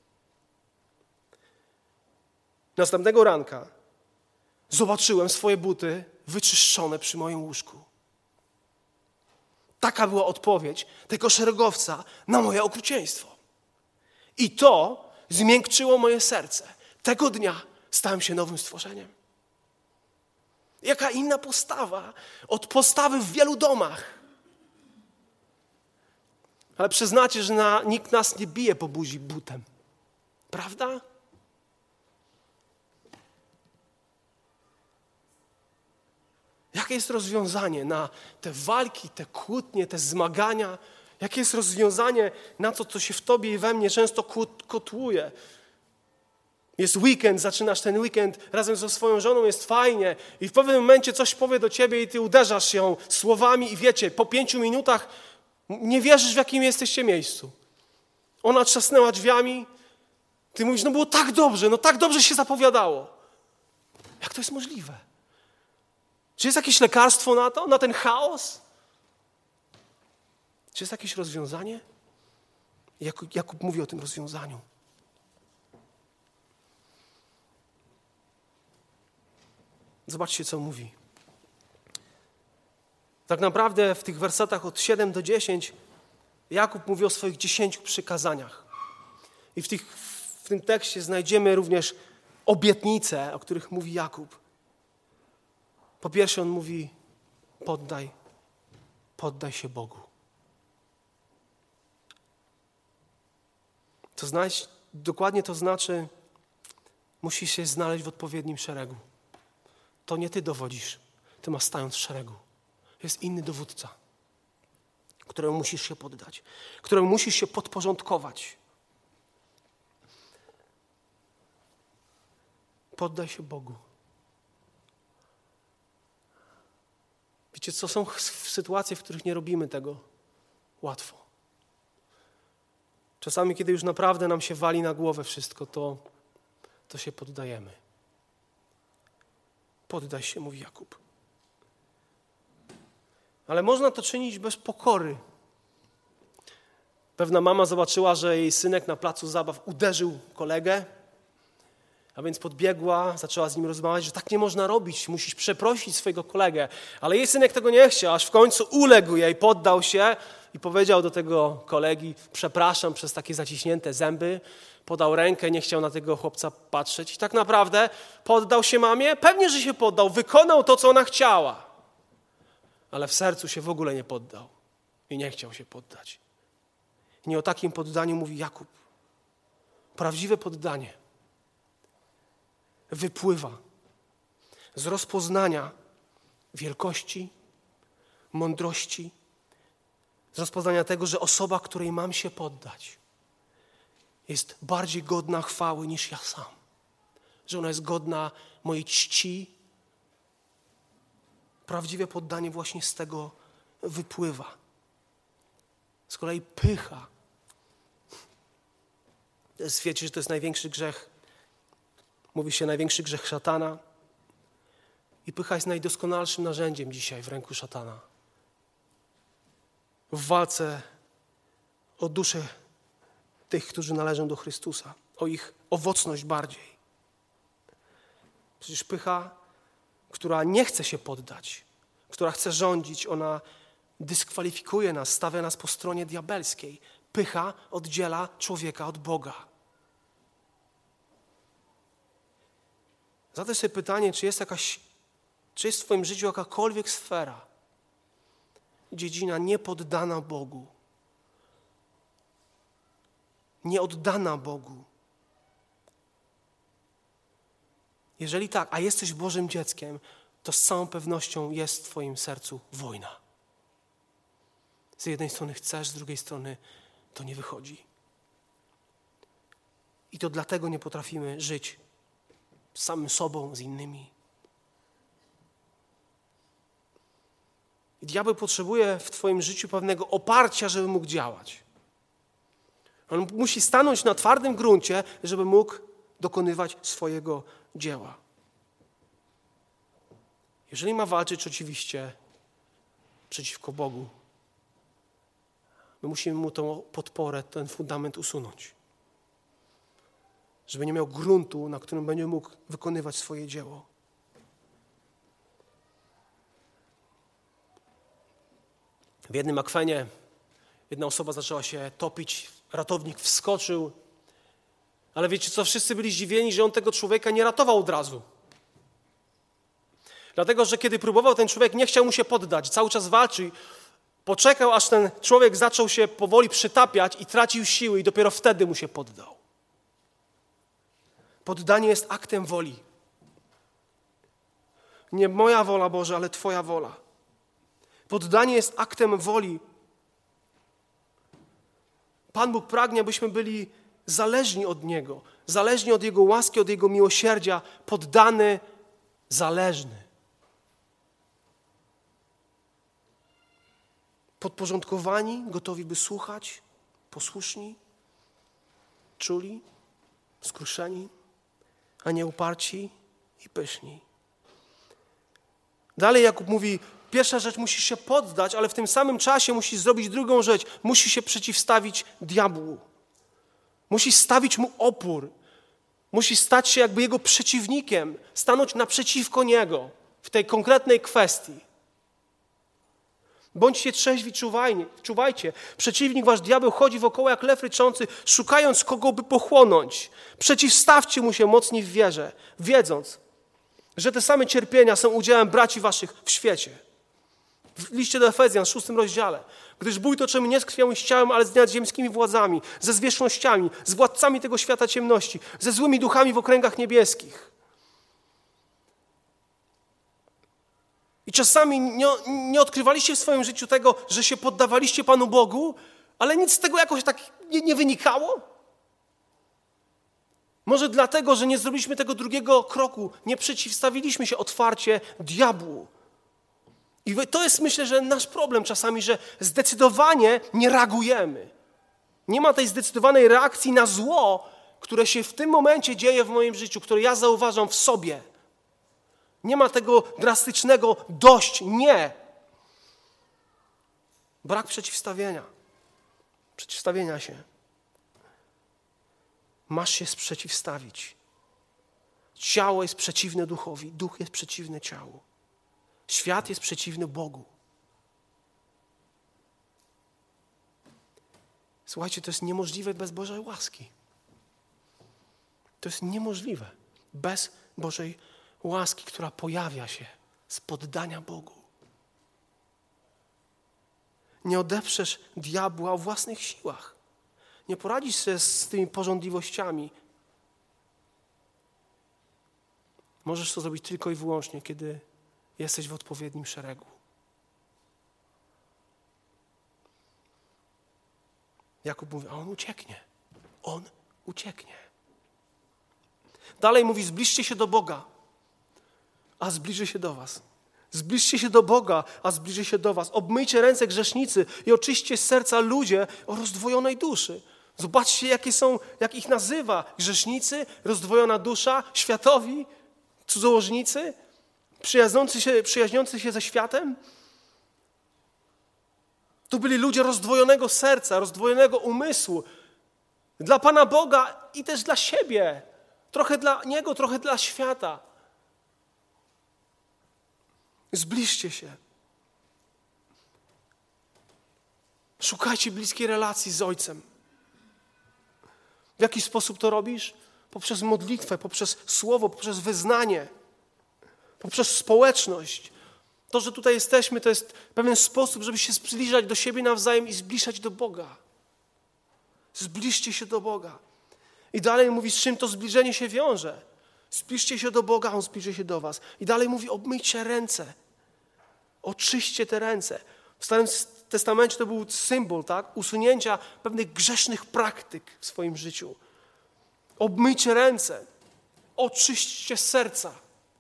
Następnego ranka zobaczyłem swoje buty wyczyszczone przy moim łóżku. Taka była odpowiedź tego szeregowca na moje okrucieństwo. I to zmiękczyło moje serce. Tego dnia stałem się nowym stworzeniem. Jaka inna postawa od postawy w wielu domach. Ale przyznacie, że nikt nas nie bije po buzi butem. Prawda? Jakie jest rozwiązanie na te walki, te kłótnie, te zmagania? Jakie jest rozwiązanie na to, co się w tobie i we mnie często kotłuje? Jest weekend, zaczynasz ten weekend razem ze swoją żoną, jest fajnie i w pewnym momencie coś powie do ciebie i ty uderzasz ją słowami i wiecie, po 5 minutach nie wierzysz, w jakim jesteście miejscu. Ona trzasnęła drzwiami, ty mówisz, no było tak dobrze się zapowiadało. Jak to jest możliwe? Czy jest jakieś lekarstwo na to, na ten chaos? Czy jest jakieś rozwiązanie? Jakub mówi o tym rozwiązaniu. Zobaczcie, co mówi. Tak naprawdę w tych wersetach od 7 do 10 Jakub mówi o swoich 10 przykazaniach. I w tym tekście znajdziemy również obietnice, o których mówi Jakub. Po pierwsze on mówi, poddaj się Bogu. Dokładnie to znaczy, musisz się znaleźć w odpowiednim szeregu. To nie ty dowodzisz, ty masz stając w szeregu. Jest inny dowódca, któremu musisz się poddać, któremu musisz się podporządkować. Poddaj się Bogu. Wiecie, co są sytuacje, w których nie robimy tego łatwo. Czasami, kiedy już naprawdę nam się wali na głowę wszystko, to się poddajemy. Poddaj się, mówi Jakub. Ale można to czynić bez pokory. Pewna mama zobaczyła, że jej synek na placu zabaw uderzył kolegę, a więc podbiegła, zaczęła z nim rozmawiać, że tak nie można robić, musisz przeprosić swojego kolegę. Ale jej synek tego nie chciał, aż w końcu uległ jej, poddał się i powiedział do tego kolegi, przepraszam przez takie zaciśnięte zęby, podał rękę, nie chciał na tego chłopca patrzeć i tak naprawdę poddał się mamie? Pewnie, że się poddał, wykonał to, co ona chciała, ale w sercu się w ogóle nie poddał i nie chciał się poddać. I nie o takim poddaniu mówi Jakub. Prawdziwe poddanie wypływa z rozpoznania wielkości, mądrości, z rozpoznania tego, że osoba, której mam się poddać, jest bardziej godna chwały niż ja sam. Że ona jest godna mojej czci. Prawdziwe poddanie właśnie z tego wypływa. Z kolei pycha. Wiecie, że to jest największy grzech. Mówi się największy grzech szatana. I pycha jest najdoskonalszym narzędziem dzisiaj w ręku szatana. W walce o duszę tych, którzy należą do Chrystusa. o ich owocność bardziej. Przecież pycha, która nie chce się poddać, która chce rządzić, ona dyskwalifikuje nas, stawia nas po stronie diabelskiej. Pycha oddziela człowieka od Boga. Zadaj sobie pytanie, czy jest w twoim życiu jakakolwiek sfera, dziedzina niepoddana Bogu, nieoddana Bogu. Jeżeli tak, a jesteś Bożym dzieckiem, to z całą pewnością jest w twoim sercu wojna. Z jednej strony chcesz, z drugiej strony to nie wychodzi. I to dlatego nie potrafimy żyć z samym sobą, z innymi. I diabeł potrzebuje w twoim życiu pewnego oparcia, żeby mógł działać. On musi stanąć na twardym gruncie, żeby mógł dokonywać swojego dzieła. Jeżeli ma walczyć oczywiście przeciwko Bogu, my musimy mu tą podporę, ten fundament usunąć. Żeby nie miał gruntu, na którym będzie mógł wykonywać swoje dzieło. W jednym akwenie jedna osoba zaczęła się topić, ratownik wskoczył, ale wiecie co, wszyscy byli zdziwieni, że on tego człowieka nie ratował od razu. Dlatego, że kiedy próbował, ten człowiek nie chciał mu się poddać, cały czas walczył, poczekał, aż ten człowiek zaczął się powoli przytapiać i tracił siły i dopiero wtedy mu się poddał. Poddanie jest aktem woli. Nie moja wola, Boże, ale Twoja wola. Poddanie jest aktem woli. Pan Bóg pragnie, abyśmy byli zależni od Niego, zależni od Jego łaski, od Jego miłosierdzia, poddany, zależny. Podporządkowani, gotowi by słuchać, posłuszni, czuli, skruszeni, a nie uparci i pyszni. Dalej Jakub mówi, pierwsza rzecz, musisz się poddać, ale w tym samym czasie musisz zrobić drugą rzecz. Musisz się przeciwstawić diabłu. Musisz stawić mu opór. Musisz stać się jakby jego przeciwnikiem, stanąć naprzeciwko niego w tej konkretnej kwestii. Bądźcie trzeźwi, czuwajcie. Przeciwnik wasz diabeł chodzi wokoło jak lew ryczący, szukając kogo by pochłonąć. Przeciwstawcie mu się mocni w wierze, wiedząc, że te same cierpienia są udziałem braci waszych w świecie. W liście do Efezjan, 6 rozdziale. Gdyż bój toczymy nie z krwią i z ciałem, ale z nadziemskimi władzami, ze zwierzchnościami, z władcami tego świata ciemności, ze złymi duchami w okręgach niebieskich. I czasami nie odkrywaliście w swoim życiu tego, że się poddawaliście Panu Bogu, ale nic z tego jakoś tak nie wynikało? Może dlatego, że nie zrobiliśmy tego drugiego kroku, nie przeciwstawiliśmy się otwarcie diabłu. I to jest, myślę, że nasz problem czasami, że zdecydowanie nie reagujemy. Nie ma tej zdecydowanej reakcji na zło, które się w tym momencie dzieje w moim życiu, które ja zauważam w sobie. Nie ma tego drastycznego dość, nie. Brak przeciwstawienia się. Masz się sprzeciwstawić. Ciało jest przeciwne duchowi, duch jest przeciwny ciału. Świat jest przeciwny Bogu. Słuchajcie, to jest niemożliwe bez Bożej łaski. To jest niemożliwe bez Bożej łaski, która pojawia się z poddania Bogu. Nie odeprzesz diabła o własnych siłach. Nie poradzisz sobie z tymi pożądliwościami. Możesz to zrobić tylko i wyłącznie, kiedy jesteś w odpowiednim szeregu. Jakub mówi, a on ucieknie. On ucieknie. Dalej mówi, zbliżcie się do Boga, a zbliży się do was. Zbliżcie się do Boga, a zbliży się do was. Obmyjcie ręce grzesznicy i oczyście z serca ludzie o rozdwojonej duszy. Zobaczcie, jak ich nazywa. Grzesznicy, rozdwojona dusza, światowi, cudzołożnicy, przyjaźniący się ze światem. To byli ludzie rozdwojonego serca, rozdwojonego umysłu. Dla Pana Boga i też dla siebie. Trochę dla Niego, trochę dla świata. Zbliżcie się. Szukajcie bliskiej relacji z Ojcem. W jaki sposób to robisz? Poprzez modlitwę, poprzez słowo, poprzez wyznanie, poprzez społeczność. To, że tutaj jesteśmy, to jest pewien sposób, żeby się zbliżać do siebie nawzajem i zbliżać do Boga. Zbliżcie się do Boga. I dalej mówi, z czym to zbliżenie się wiąże. Zbliżcie się do Boga, On zbliży się do was. I dalej mówi, obmyjcie ręce. Oczyście te ręce. W Starym Testamencie to był symbol, tak? Usunięcia pewnych grzesznych praktyk w swoim życiu. Obmyjcie ręce. Oczyśćcie serca.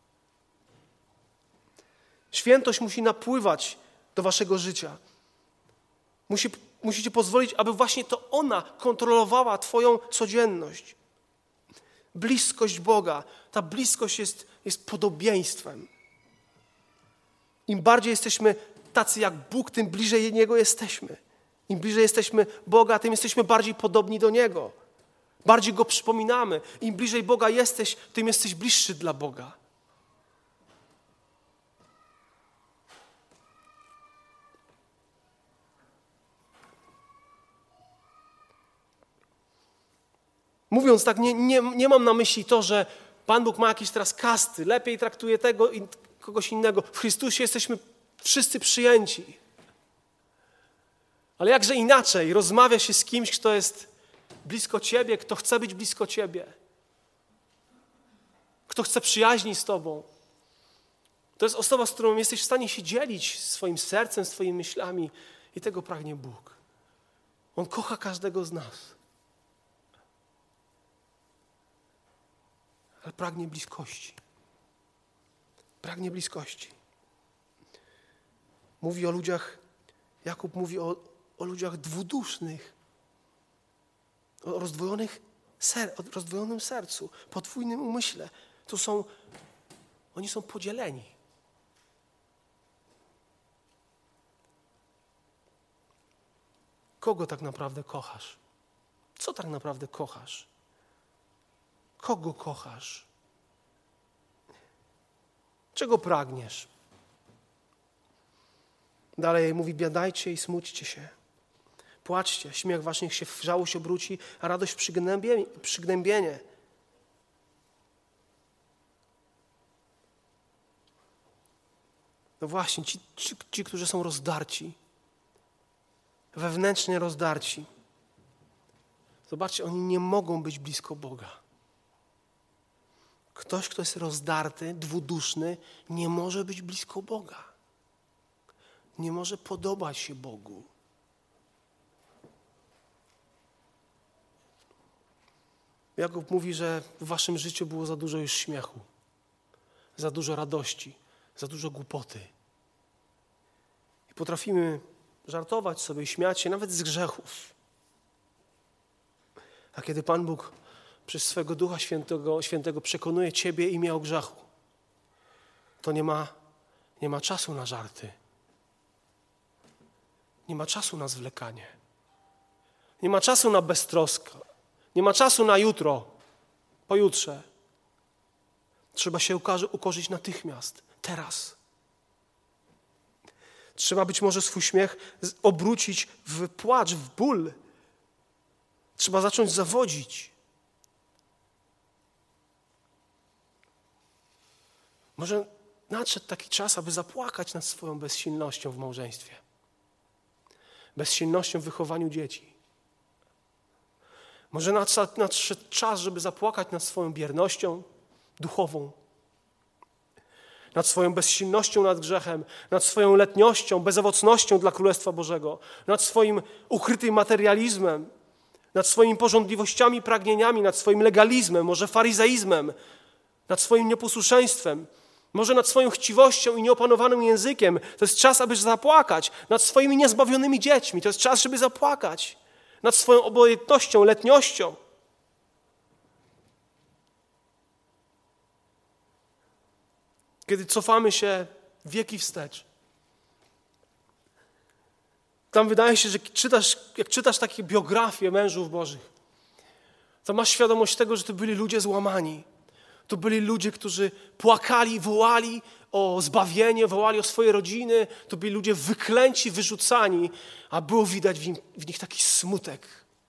Świętość musi napływać do waszego życia. Musicie pozwolić, aby właśnie to ona kontrolowała twoją codzienność. Bliskość Boga. Ta bliskość jest podobieństwem. Im bardziej jesteśmy tacy jak Bóg, tym bliżej Niego jesteśmy. Im bliżej jesteśmy Boga, tym jesteśmy bardziej podobni do Niego. Bardziej Go przypominamy. Im bliżej Boga jesteś, tym jesteś bliższy dla Boga. Mówiąc tak, nie mam na myśli to, że Pan Bóg ma jakieś teraz kasty, lepiej traktuje tego i kogoś innego. W Chrystusie jesteśmy wszyscy przyjęci. Ale jakże inaczej rozmawia się z kimś, kto jest blisko ciebie, kto chce być blisko ciebie, kto chce przyjaźni z tobą. To jest osoba, z którą jesteś w stanie się dzielić swoim sercem, swoimi myślami i tego pragnie Bóg. On kocha każdego z nas. Ale pragnie bliskości. Pragnie bliskości. Mówi o ludziach, Jakub mówi o ludziach dwudusznych, o rozdwojonym sercu, podwójnym umyśle. Oni są podzieleni. Kogo tak naprawdę kochasz? Co tak naprawdę kochasz? Kogo kochasz? Czego pragniesz? Dalej mówi, biadajcie i smućcie się. Płaczcie, śmiech wasz niech się w żałość obróci, a radość w przygnębienie. No właśnie, ci, którzy są rozdarci, wewnętrznie rozdarci. Zobaczcie, oni nie mogą być blisko Boga. Ktoś, kto jest rozdarty, dwuduszny, nie może być blisko Boga. Nie może podobać się Bogu. Jakub mówi, że w waszym życiu było za dużo już śmiechu, za dużo radości, za dużo głupoty. I potrafimy żartować sobie, śmiać się nawet z grzechów. A kiedy Pan Bóg przez swego Ducha Świętego przekonuje ciebie i mnie o grzechu, to nie ma czasu na żarty. Nie ma czasu na zwlekanie. Nie ma czasu na beztroskę. Nie ma czasu na jutro, pojutrze. Trzeba się ukorzyć natychmiast, teraz. Trzeba być może swój śmiech obrócić w płacz, w ból. Trzeba zacząć zawodzić. Może nadszedł taki czas, aby zapłakać nad swoją bezsilnością w małżeństwie. Bezsilnością w wychowaniu dzieci. Może nadszedł czas, żeby zapłakać nad swoją biernością duchową. Nad swoją bezsilnością nad grzechem, nad swoją letniością, bezowocnością dla Królestwa Bożego, nad swoim ukrytym materializmem, nad swoimi pożądliwościami, pragnieniami, nad swoim legalizmem, może faryzeizmem, nad swoim nieposłuszeństwem, może nad swoją chciwością i nieopanowanym językiem. To jest czas, aby zapłakać. Nad swoimi niezbawionymi dziećmi. To jest czas, żeby zapłakać. Nad swoją obojętnością, letniością. Kiedy cofamy się wieki wstecz. Tam wydaje się, że jak czytasz takie biografie mężów Bożych, to masz świadomość tego, że to byli ludzie złamani. To byli ludzie, którzy płakali, wołali o zbawienie, wołali o swoje rodziny. To byli ludzie wyklęci, wyrzucani, a było widać w nich taki smutek.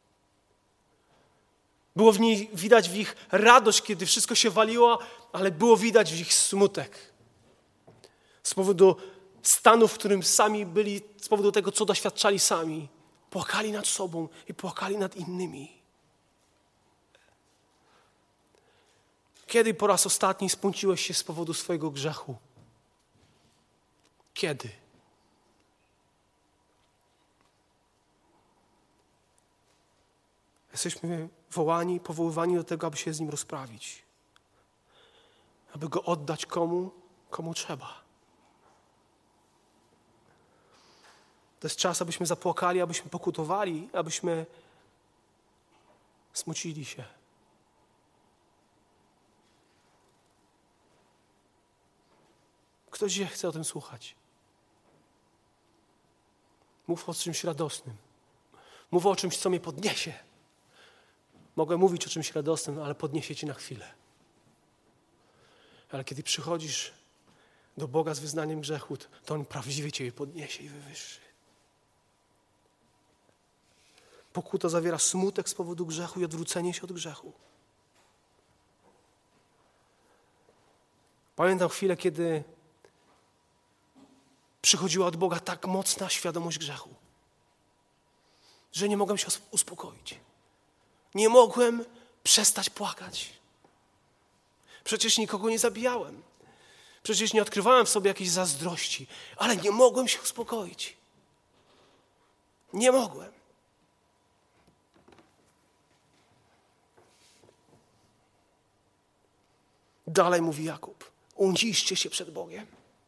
Było widać w nich radość, kiedy wszystko się waliło, ale było widać w nich smutek. Z powodu stanu, w którym sami byli, z powodu tego, co doświadczali sami. Płakali nad sobą i płakali nad innymi. Kiedy po raz ostatni spąciłeś się z powodu swojego grzechu? Kiedy? Jesteśmy powoływani do tego, aby się z Nim rozprawić. Aby Go oddać komu trzeba. To jest czas, abyśmy zapłakali, abyśmy pokutowali, abyśmy smucili się. Ktoś chce o tym słuchać. Mów o czymś radosnym. Mów o czymś, co mnie podniesie. Mogę mówić o czymś radosnym, ale podniesie cię na chwilę. Ale kiedy przychodzisz do Boga z wyznaniem grzechu, to On prawdziwie ciebie podniesie i wywyższy. Pokuta zawiera smutek z powodu grzechu i odwrócenie się od grzechu. Pamiętam chwilę, kiedy przychodziła od Boga tak mocna świadomość grzechu, że nie mogłem się uspokoić. Nie mogłem przestać płakać. Przecież nikogo nie zabijałem. Przecież nie odkrywałem w sobie jakiejś zazdrości, ale nie mogłem się uspokoić. Nie mogłem. Dalej mówi Jakub, uniście się przed Bogiem.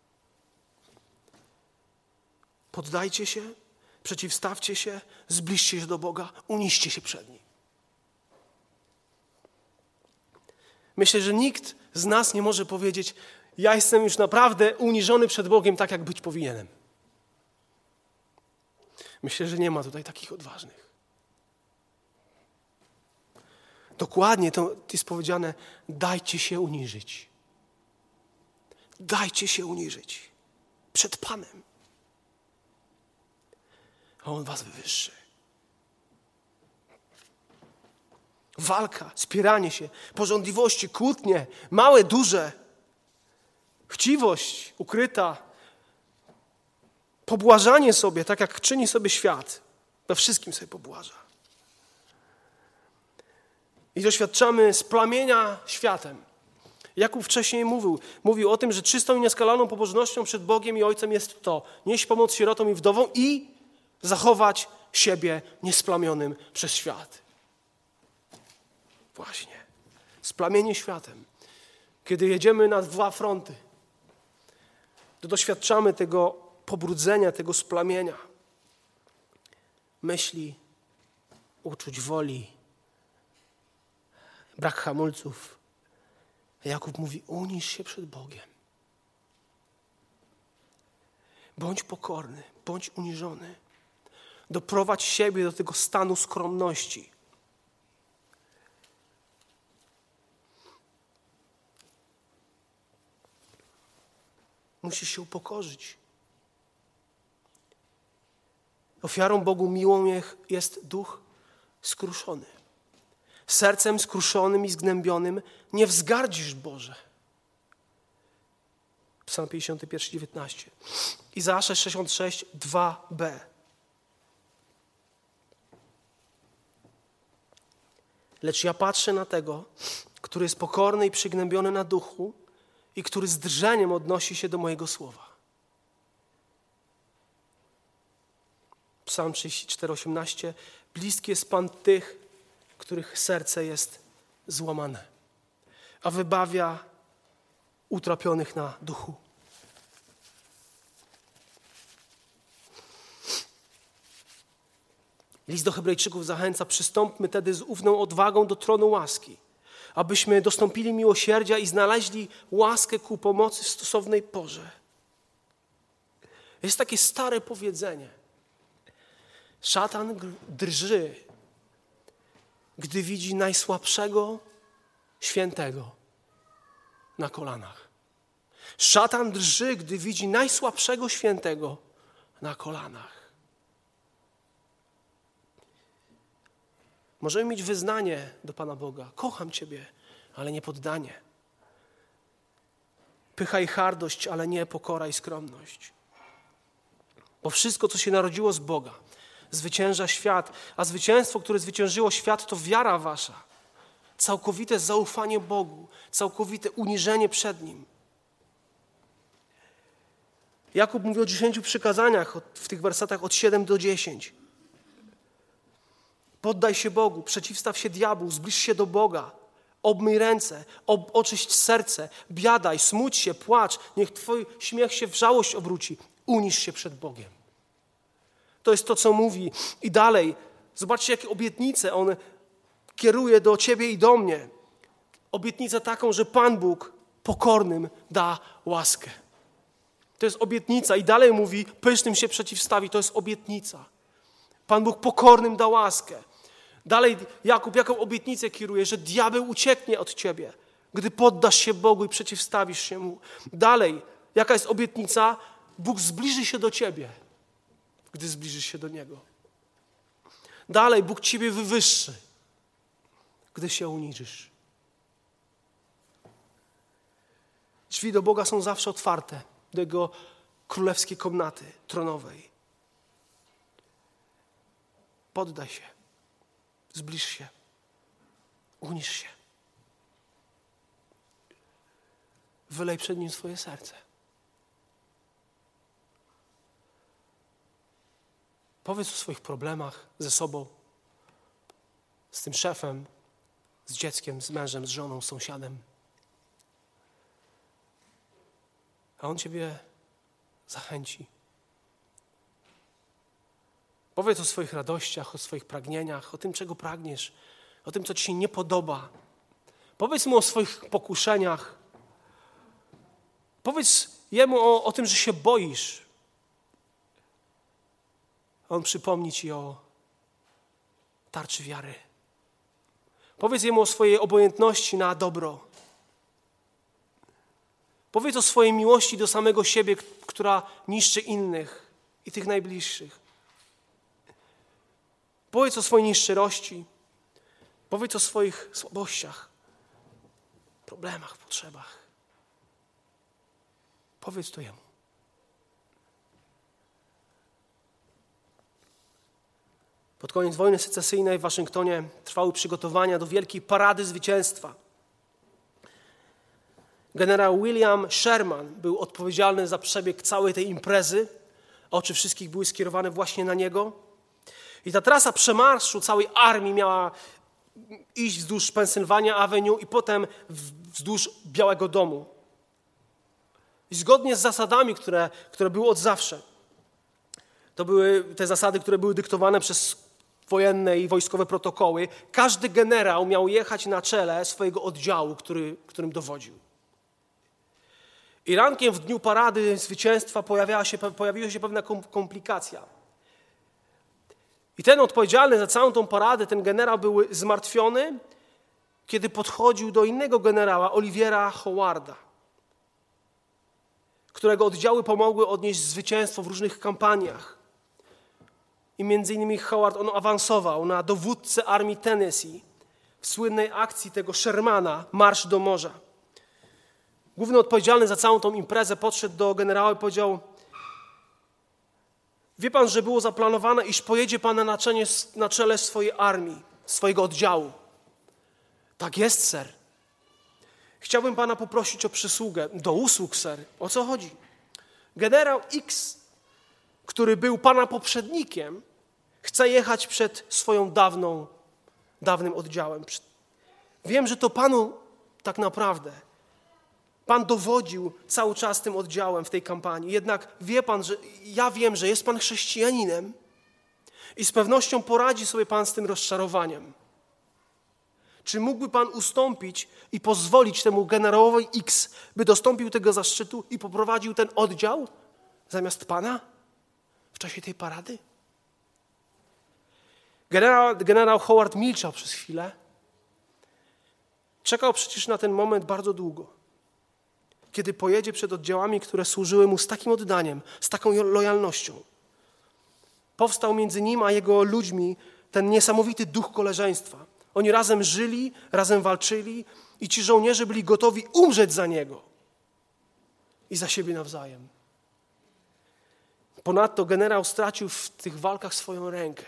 Poddajcie się, przeciwstawcie się, zbliżcie się do Boga, uniście się przed Nim. Myślę, że nikt z nas nie może powiedzieć, ja jestem już naprawdę uniżony przed Bogiem tak, jak być powinienem. Myślę, że nie ma tutaj takich odważnych. Dokładnie to jest powiedziane, dajcie się uniżyć. Dajcie się uniżyć przed Panem. A On was wywyższy. Walka, spieranie się, pożądliwości, kłótnie, małe, duże, chciwość ukryta, pobłażanie sobie, tak jak czyni sobie świat. We wszystkim sobie pobłaża. I doświadczamy splamienia światem. Jakub wcześniej mówił o tym, że czystą i nieskalaną pobożnością przed Bogiem i Ojcem jest to, nieść pomoc sierotom i wdowom i zachować siebie niesplamionym przez świat. Właśnie. Splamienie światem. Kiedy jedziemy na 2 fronty, to doświadczamy tego pobrudzenia, tego splamienia. Myśli, uczuć, woli, brak hamulców. Jakub mówi, uniż się przed Bogiem. Bądź pokorny, bądź uniżony. Doprowadź siebie do tego stanu skromności. Musisz się upokorzyć. Ofiarą Bogu miłą jest duch skruszony. Sercem skruszonym i zgnębionym nie wzgardzisz Boże. Psalm 51, 19. Izaiasza 66, 2b. Lecz ja patrzę na tego, który jest pokorny i przygnębiony na duchu i który z drżeniem odnosi się do mojego słowa. Psalm 34, 18. Bliski jest Pan tych, których serce jest złamane, a wybawia utrapionych na duchu. List do Hebrajczyków zachęca, przystąpmy tedy z ufną odwagą do tronu łaski, abyśmy dostąpili miłosierdzia i znaleźli łaskę ku pomocy w stosownej porze. Jest takie stare powiedzenie. Szatan drży, gdy widzi najsłabszego świętego na kolanach. Szatan drży, gdy widzi najsłabszego świętego na kolanach. Możemy mieć wyznanie do Pana Boga. Kocham Ciebie, ale nie poddanie. Pycha i hardość, ale nie pokora i skromność. Bo wszystko, co się narodziło z Boga, zwycięża świat, a zwycięstwo, które zwyciężyło świat, to wiara wasza. Całkowite zaufanie Bogu, całkowite uniżenie przed Nim. Jakub mówi o 10 przykazaniach w tych wersetach od 7 do 10. Poddaj się Bogu, przeciwstaw się diabłu, zbliż się do Boga, obmyj ręce, oczyść serce, biadaj, smuć się, płacz, niech twój śmiech się w żałość obróci, uniż się przed Bogiem. To jest to, co mówi. I dalej, zobaczcie, jakie obietnice On kieruje do ciebie i do mnie. Obietnicę taką, że Pan Bóg pokornym da łaskę. To jest obietnica. I dalej mówi, pysznym się przeciwstawi. To jest obietnica. Pan Bóg pokornym da łaskę. Dalej Jakub jaką obietnicę kieruje, że diabeł ucieknie od ciebie, gdy poddasz się Bogu i przeciwstawisz się Mu. Dalej, jaka jest obietnica? Bóg zbliży się do ciebie, gdy zbliżysz się do Niego. Dalej, Bóg ciebie wywyższy, gdy się uniżysz. Drzwi do Boga są zawsze otwarte, do Jego królewskiej komnaty tronowej. Poddaj się, zbliż się, uniż się. Wylej przed Nim swoje serce. Powiedz o swoich problemach ze sobą, z tym szefem, z dzieckiem, z mężem, z żoną, z sąsiadem. A On ciebie zachęci. Powiedz o swoich radościach, o swoich pragnieniach, o tym, czego pragniesz, o tym, co ci się nie podoba. Powiedz Mu o swoich pokuszeniach. Powiedz Jemu o tym, że się boisz. On przypomni ci o tarczy wiary. Powiedz Jemu o swojej obojętności na dobro. Powiedz o swojej miłości do samego siebie, która niszczy innych i tych najbliższych. Powiedz o swojej nieszczerości. Powiedz o swoich słabościach, problemach, potrzebach. Powiedz to Jemu. Pod koniec wojny secesyjnej w Waszyngtonie trwały przygotowania do wielkiej parady zwycięstwa. Generał William Sherman był odpowiedzialny za przebieg całej tej imprezy. Oczy wszystkich były skierowane właśnie na niego. I ta trasa przemarszu całej armii miała iść wzdłuż Pennsylvania Avenue i potem wzdłuż Białego Domu. I zgodnie z zasadami, które były od zawsze. To były te zasady, które były dyktowane przez wojenne i wojskowe protokoły. Każdy generał miał jechać na czele swojego oddziału, którym dowodził. I rankiem w dniu parady zwycięstwa pojawiła się pewna komplikacja. I ten odpowiedzialny za całą tą paradę, ten generał był zmartwiony, kiedy podchodził do innego generała, Olivera Howarda, którego oddziały pomogły odnieść zwycięstwo w różnych kampaniach. I między innymi Howard, on awansował na dowódcę armii Tennessee w słynnej akcji tego Shermana, Marsz do Morza. Główny odpowiedzialny za całą tą imprezę podszedł do generała i powiedział: wie pan, że było zaplanowane, iż pojedzie pan na czele swojej armii, swojego oddziału. Tak jest, ser. Chciałbym pana poprosić o przysługę. Do usług, ser. O co chodzi? Generał X, który był pana poprzednikiem, chce jechać przed swoją dawnym oddziałem. Wiem, że to panu tak naprawdę pan dowodził cały czas tym oddziałem w tej kampanii. Jednak wie pan, że ja wiem, że jest pan chrześcijaninem i z pewnością poradzi sobie pan z tym rozczarowaniem. Czy mógłby pan ustąpić i pozwolić temu generałowi X, by dostąpił tego zaszczytu i poprowadził ten oddział zamiast pana w czasie tej parady? Generał Howard milczał przez chwilę. Czekał przecież na ten moment bardzo długo. Kiedy pojedzie przed oddziałami, które służyły mu z takim oddaniem, z taką lojalnością. Powstał między nim a jego ludźmi ten niesamowity duch koleżeństwa. Oni razem żyli, razem walczyli i ci żołnierze byli gotowi umrzeć za niego i za siebie nawzajem. Ponadto generał stracił w tych walkach swoją rękę.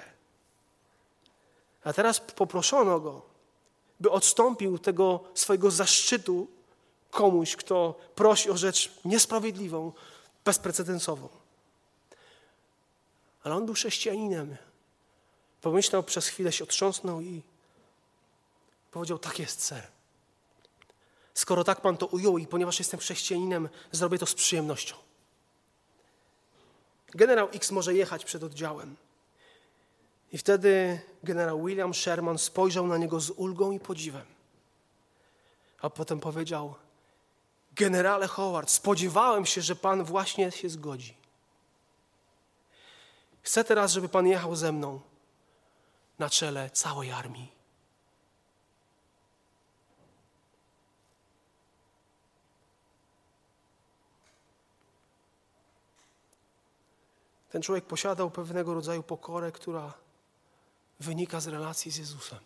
A teraz poproszono go, by odstąpił tego swojego zaszczytu komuś, kto prosi o rzecz niesprawiedliwą, bezprecedensową. Ale on był chrześcijaninem. Pomyślał przez chwilę, się otrząsnął i powiedział: tak jest, ser. Skoro tak pan to ujął i ponieważ jestem chrześcijaninem, zrobię to z przyjemnością. Generał X może jechać przed oddziałem. I wtedy generał William Sherman spojrzał na niego z ulgą i podziwem. A potem powiedział: generale Howard, spodziewałem się, że pan właśnie się zgodzi. Chcę teraz, żeby pan jechał ze mną na czele całej armii. Ten człowiek posiadał pewnego rodzaju pokorę, która wynika z relacji z Jezusem,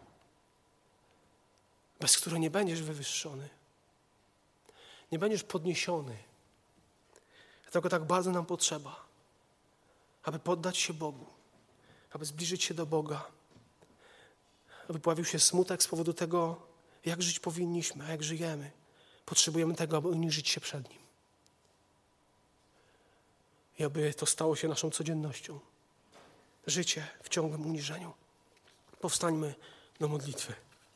bez której nie będziesz wywyższony, nie będziesz podniesiony. Dlatego tak bardzo nam potrzeba, aby poddać się Bogu, aby zbliżyć się do Boga, aby pojawił się smutek z powodu tego, jak żyć powinniśmy, a jak żyjemy. Potrzebujemy tego, aby uniżyć się przed Nim. I aby to stało się naszą codziennością. Życie w ciągłym uniżeniu. Powstańmy do modlitwy.